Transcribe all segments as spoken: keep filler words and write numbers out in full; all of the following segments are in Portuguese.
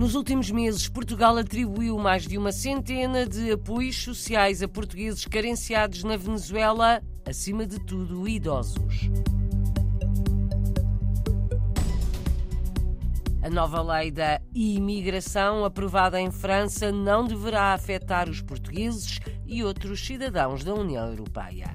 Nos últimos meses, Portugal atribuiu mais de uma centena de apoios sociais a portugueses carenciados na Venezuela, acima de tudo idosos. A nova lei da imigração, aprovada em França, não deverá afetar os portugueses e outros cidadãos da União Europeia.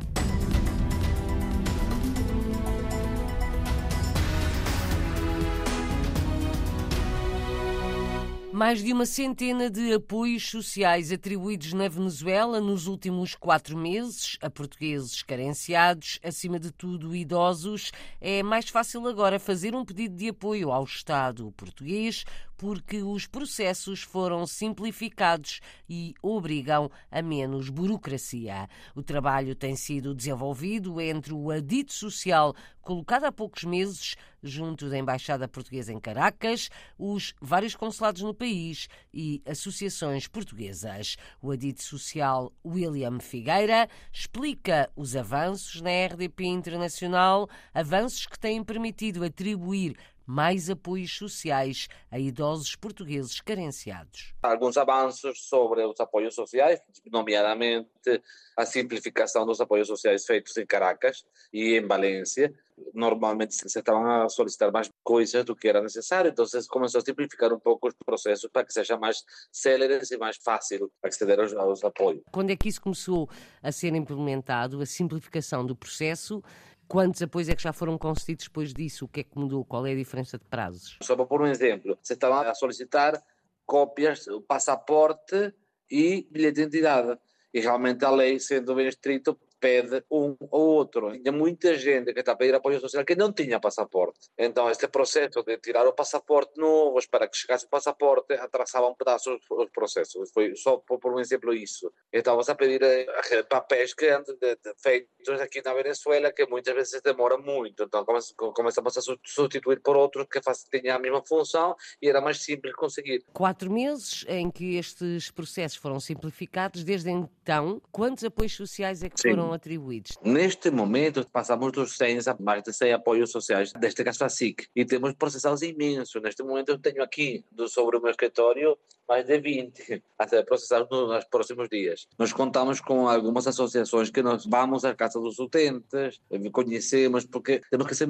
Mais de uma centena de apoios sociais atribuídos na Venezuela nos últimos quatro meses a portugueses carenciados, acima de tudo idosos. É mais fácil agora fazer um pedido de apoio ao Estado português porque os processos foram simplificados e obrigam a menos burocracia. O trabalho tem sido desenvolvido entre o Adito Social, colocado há poucos meses junto da Embaixada Portuguesa em Caracas, os vários consulados no país e associações portuguesas. O Adito Social William Figueira explica os avanços na R D P Internacional, avanços que têm permitido atribuir mais apoios sociais a idosos portugueses carenciados. Alguns avanços sobre os apoios sociais, nomeadamente a simplificação dos apoios sociais feitos em Caracas e em Valência. Normalmente se estavam a solicitar mais coisas do que era necessário, então começou a simplificar um pouco os processos para que seja mais céleres e mais fácil acceder aos, aos apoios. Quando é que isso começou a ser implementado, a simplificação do processo? Quantos apoios é que já foram concedidos depois disso? O que é que mudou? Qual é a diferença de prazos? Só para pôr um exemplo, você estava a solicitar cópias, passaporte e bilhete de identidade. E realmente a lei, sendo bem estrita, pede um ou outro. Tinha muita gente que está a pedir apoio social que não tinha passaporte. Então, este processo de tirar o passaporte novo, para que chegasse o passaporte, atrasava um pedaço os processos. Foi só por um exemplo isso. Então, você a pedir papéis que antes de, de, feitos aqui na Venezuela, que muitas vezes demora muito. Então, começamos a substituir por outros que tinham a mesma função e era mais simples conseguir. Quatro meses em que estes processos foram simplificados. Desde então, quantos apoios sociais é que Sim. foram atribuídos? Neste momento, passamos dos cem a mais de cem apoios sociais deste caso a S I C e temos processados imensos. Neste momento eu tenho aqui, sobre o meu escritório, mais de vinte a ser processados nos próximos dias. Nós contamos com algumas associações que nós vamos à casa dos utentes, conhecemos, porque temos que ser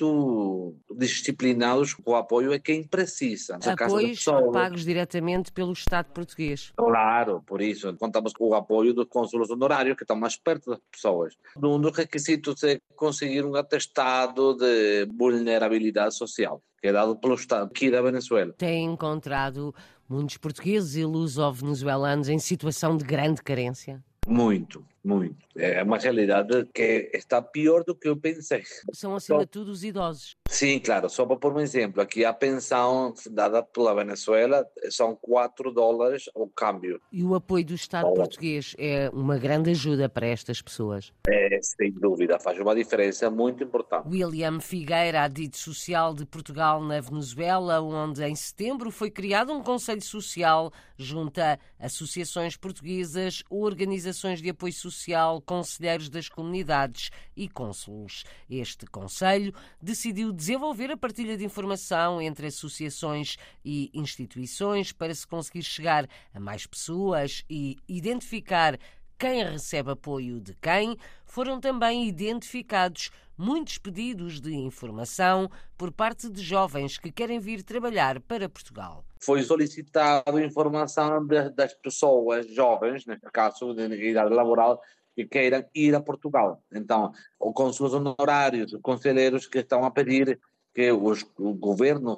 muito disciplinados com o apoio a quem precisa. Apoios pagos diretamente pelo Estado português. Claro, por isso contamos com o apoio dos cônsulos honorários que estão mais perto das pessoas. Um dos requisitos é conseguir um atestado de vulnerabilidade social, que é dado pelo Estado aqui da Venezuela. Tem encontrado muitos portugueses e luso-venezuelanos em situação de grande carência? Muito, muito. É uma realidade que está pior do que eu pensei. São, acima de tudo, os idosos. Sim, claro. Só para pôr um exemplo, aqui a pensão dada pela Venezuela são quatro dólares o câmbio. E o apoio do Estado Olá. português é uma grande ajuda para estas pessoas? É, sem dúvida, faz uma diferença muito importante. William Figueira, Adito Social de Portugal na Venezuela, onde em setembro foi criado um conselho social junto a associações portuguesas, organizações de apoio social, conselheiros das comunidades e cônsulos. Este conselho decidiu desenvolver a partilha de informação entre associações e instituições para se conseguir chegar a mais pessoas e identificar quem recebe apoio de quem. Foram também identificados muitos pedidos de informação por parte de jovens que querem vir trabalhar para Portugal. Foi solicitado informação de, das pessoas jovens, neste caso de idade laboral, que queiram ir a Portugal. Então, os cônsulos honorários, os conselheiros que estão a pedir que os, o governo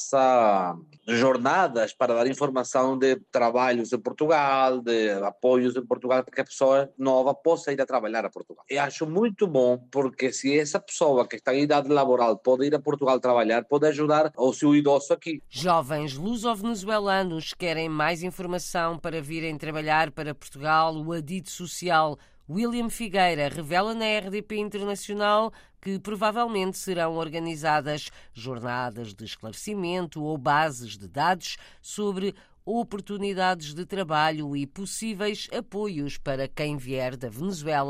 faça jornadas para dar informação de trabalhos em Portugal, de apoios em Portugal, para que a pessoa nova possa ir a trabalhar a Portugal. Eu acho muito bom, porque se essa pessoa que está em idade laboral pode ir a Portugal trabalhar, pode ajudar o seu idoso aqui. Jovens luso-venezuelanos querem mais informação para virem trabalhar para Portugal. O Adito Social William Figueira revela na R D P Internacional que provavelmente serão organizadas jornadas de esclarecimento ou bases de dados sobre oportunidades de trabalho e possíveis apoios para quem vier da Venezuela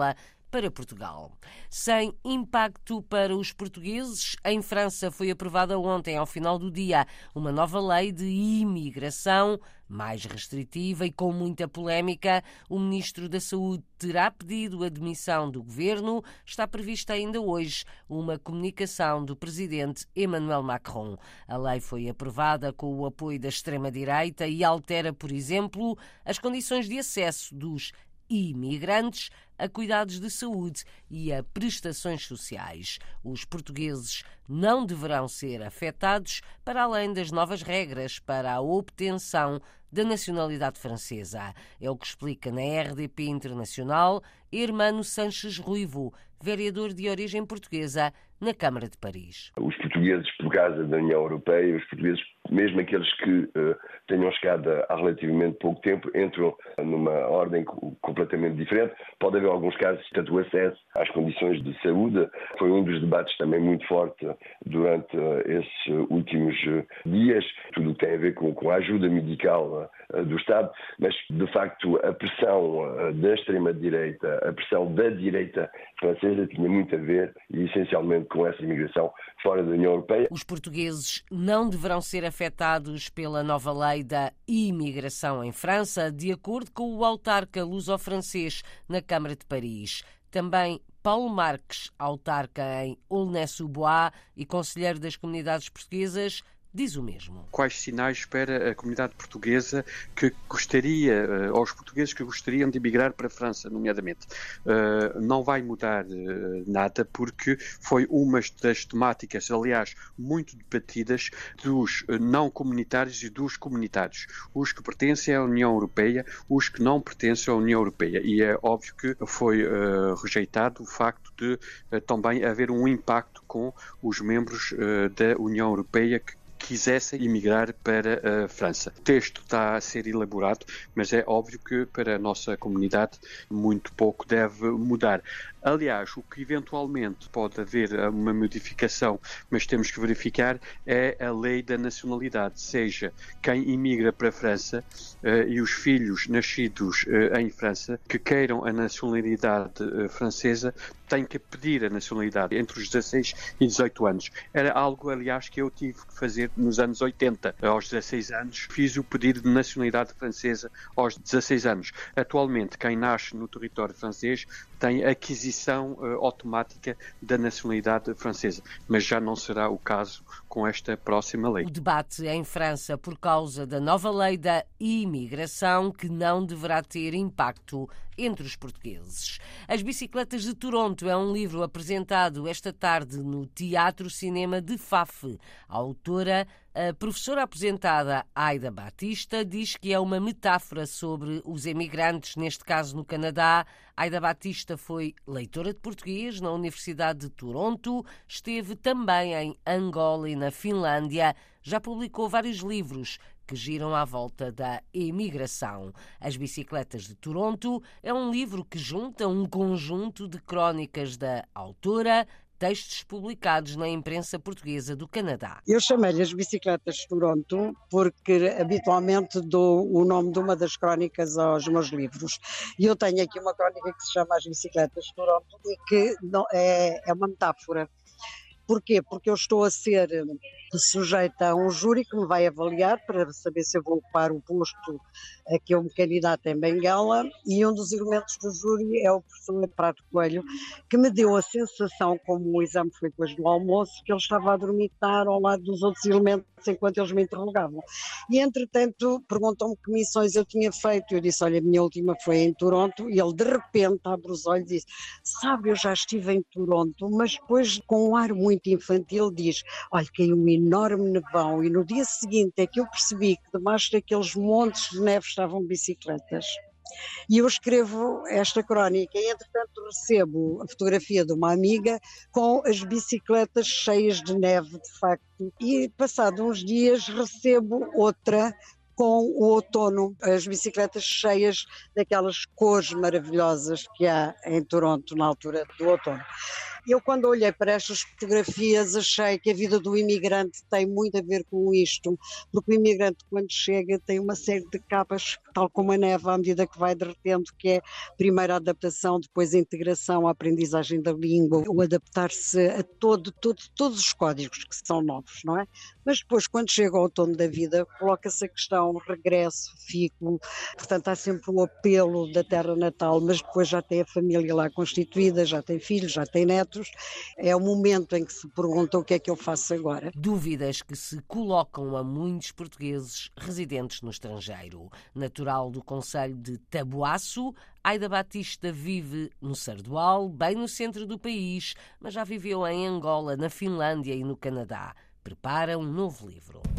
para Portugal. Sem impacto para os portugueses, em França foi aprovada ontem, ao final do dia, uma nova lei de imigração mais restritiva e com muita polémica. O Ministro da Saúde terá pedido a demissão do governo. Está prevista ainda hoje uma comunicação do presidente Emmanuel Macron. A lei foi aprovada com o apoio da extrema-direita e altera, por exemplo, as condições de acesso dos imigrantes a cuidados de saúde e a prestações sociais. Os portugueses não deverão ser afetados, para além das novas regras para a obtenção da nacionalidade francesa. É o que explica na R D P Internacional Hermano Sanches Ruivo, vereador de origem portuguesa na Câmara de Paris. Os portugueses, por causa da União Europeia, os portugueses, mesmo aqueles que uh, tenham chegado há relativamente pouco tempo, entram numa ordem completamente diferente. Pode haver alguns casos, tanto o acesso às condições de saúde foi um dos debates também muito forte durante uh, esses últimos uh, dias, tudo o que tem a ver com, com a ajuda medical uh, do Estado, mas de facto a pressão uh, da extrema-direita, a pressão da direita francesa tinha muito a ver, e essencialmente, com essa imigração fora da União Europeia. Os portugueses não deverão ser afetados pela nova lei da imigração em França, de acordo com o autarca luso-francês na Câmara de Paris. Também Paulo Marques, autarca em Aulnay-sous-Bois e conselheiro das comunidades portuguesas, diz o mesmo. Quais sinais espera a comunidade portuguesa que gostaria, aos portugueses que gostariam de emigrar para a França, nomeadamente? Uh, não vai mudar uh, nada, porque foi uma das temáticas, aliás, muito debatidas dos não comunitários e dos comunitários. Os que pertencem à União Europeia, os que não pertencem à União Europeia. E é óbvio que foi uh, rejeitado o facto de uh, também haver um impacto com os membros uh, da União Europeia que quisessem emigrar para a França. O texto está a ser elaborado, mas é óbvio que para a nossa comunidade muito pouco deve mudar. Aliás, o que eventualmente pode haver uma modificação, mas temos que verificar, é a lei da nacionalidade. Seja, quem imigra para a França uh, e os filhos nascidos uh, em França que queiram a nacionalidade uh, francesa têm que pedir a nacionalidade entre os dezasseis e dezoito anos. Era algo, aliás, que eu tive que fazer nos anos oitenta. Aos dezasseis anos fiz o pedido de nacionalidade francesa aos dezasseis anos. Atualmente, quem nasce no território francês tem aquisição uh, automática da nacionalidade francesa, mas já não será o caso com esta próxima lei. O debate em França por causa da nova lei da imigração, que não deverá ter impacto entre os portugueses. As Bicicletas de Toronto é um livro apresentado esta tarde no Teatro Cinema de Faf. A autora, a professora aposentada Aida Batista, diz que é uma metáfora sobre os emigrantes, neste caso no Canadá. Aida Batista foi leitora de português na Universidade de Toronto, esteve também em Angola e na Finlândia, já publicou vários livros que giram à volta da imigração. As Bicicletas de Toronto é um livro que junta um conjunto de crónicas da autora, textos publicados na imprensa portuguesa do Canadá. Eu chamei-lhe As Bicicletas de Toronto porque habitualmente dou o nome de uma das crónicas aos meus livros. E eu tenho aqui uma crónica que se chama As Bicicletas de Toronto e que não, é, é uma metáfora. Porquê? Porque eu estou a ser sujeita a um júri que me vai avaliar para saber se eu vou ocupar o posto a que eu me candidato em Benguela, e um dos elementos do júri é o professor Prato Coelho, que me deu a sensação, como o exame foi depois do almoço, que ele estava a dormitar ao lado dos outros elementos enquanto eles me interrogavam. E, entretanto, perguntam-me que missões eu tinha feito. Eu disse, olha, a minha última foi em Toronto, e ele, de repente, abre os olhos e diz, sabe, eu já estive em Toronto, mas depois, com um ar muito infantil, diz, olha, caiu um enorme nevão, e no dia seguinte é que eu percebi que debaixo daqueles montes de neve estavam bicicletas. E eu escrevo esta crónica e, entretanto, recebo a fotografia de uma amiga com as bicicletas cheias de neve, de facto. E, passado uns dias, recebo outra com o outono, as bicicletas cheias daquelas cores maravilhosas que há em Toronto na altura do outono. Eu, quando olhei para estas fotografias, achei que a vida do imigrante tem muito a ver com isto, porque o imigrante, quando chega, tem uma série de capas, tal como a neve, à medida que vai derretendo, que é primeiro a adaptação, depois a integração, a aprendizagem da língua, o adaptar-se a todo, todo, todos os códigos que são novos, não é? Mas depois, quando chega ao outono da vida, coloca-se a questão regresso, fico, portanto há sempre o apelo da terra natal, mas depois já tem a família lá constituída, já tem filhos, já tem netos. É o momento em que se pergunta o que é que eu faço agora. Dúvidas que se colocam a muitos portugueses residentes no estrangeiro. Natural do concelho de Taboaço, Aida Batista vive no Sardual, bem no centro do país, mas já viveu em Angola, na Finlândia e no Canadá. Prepara um novo livro.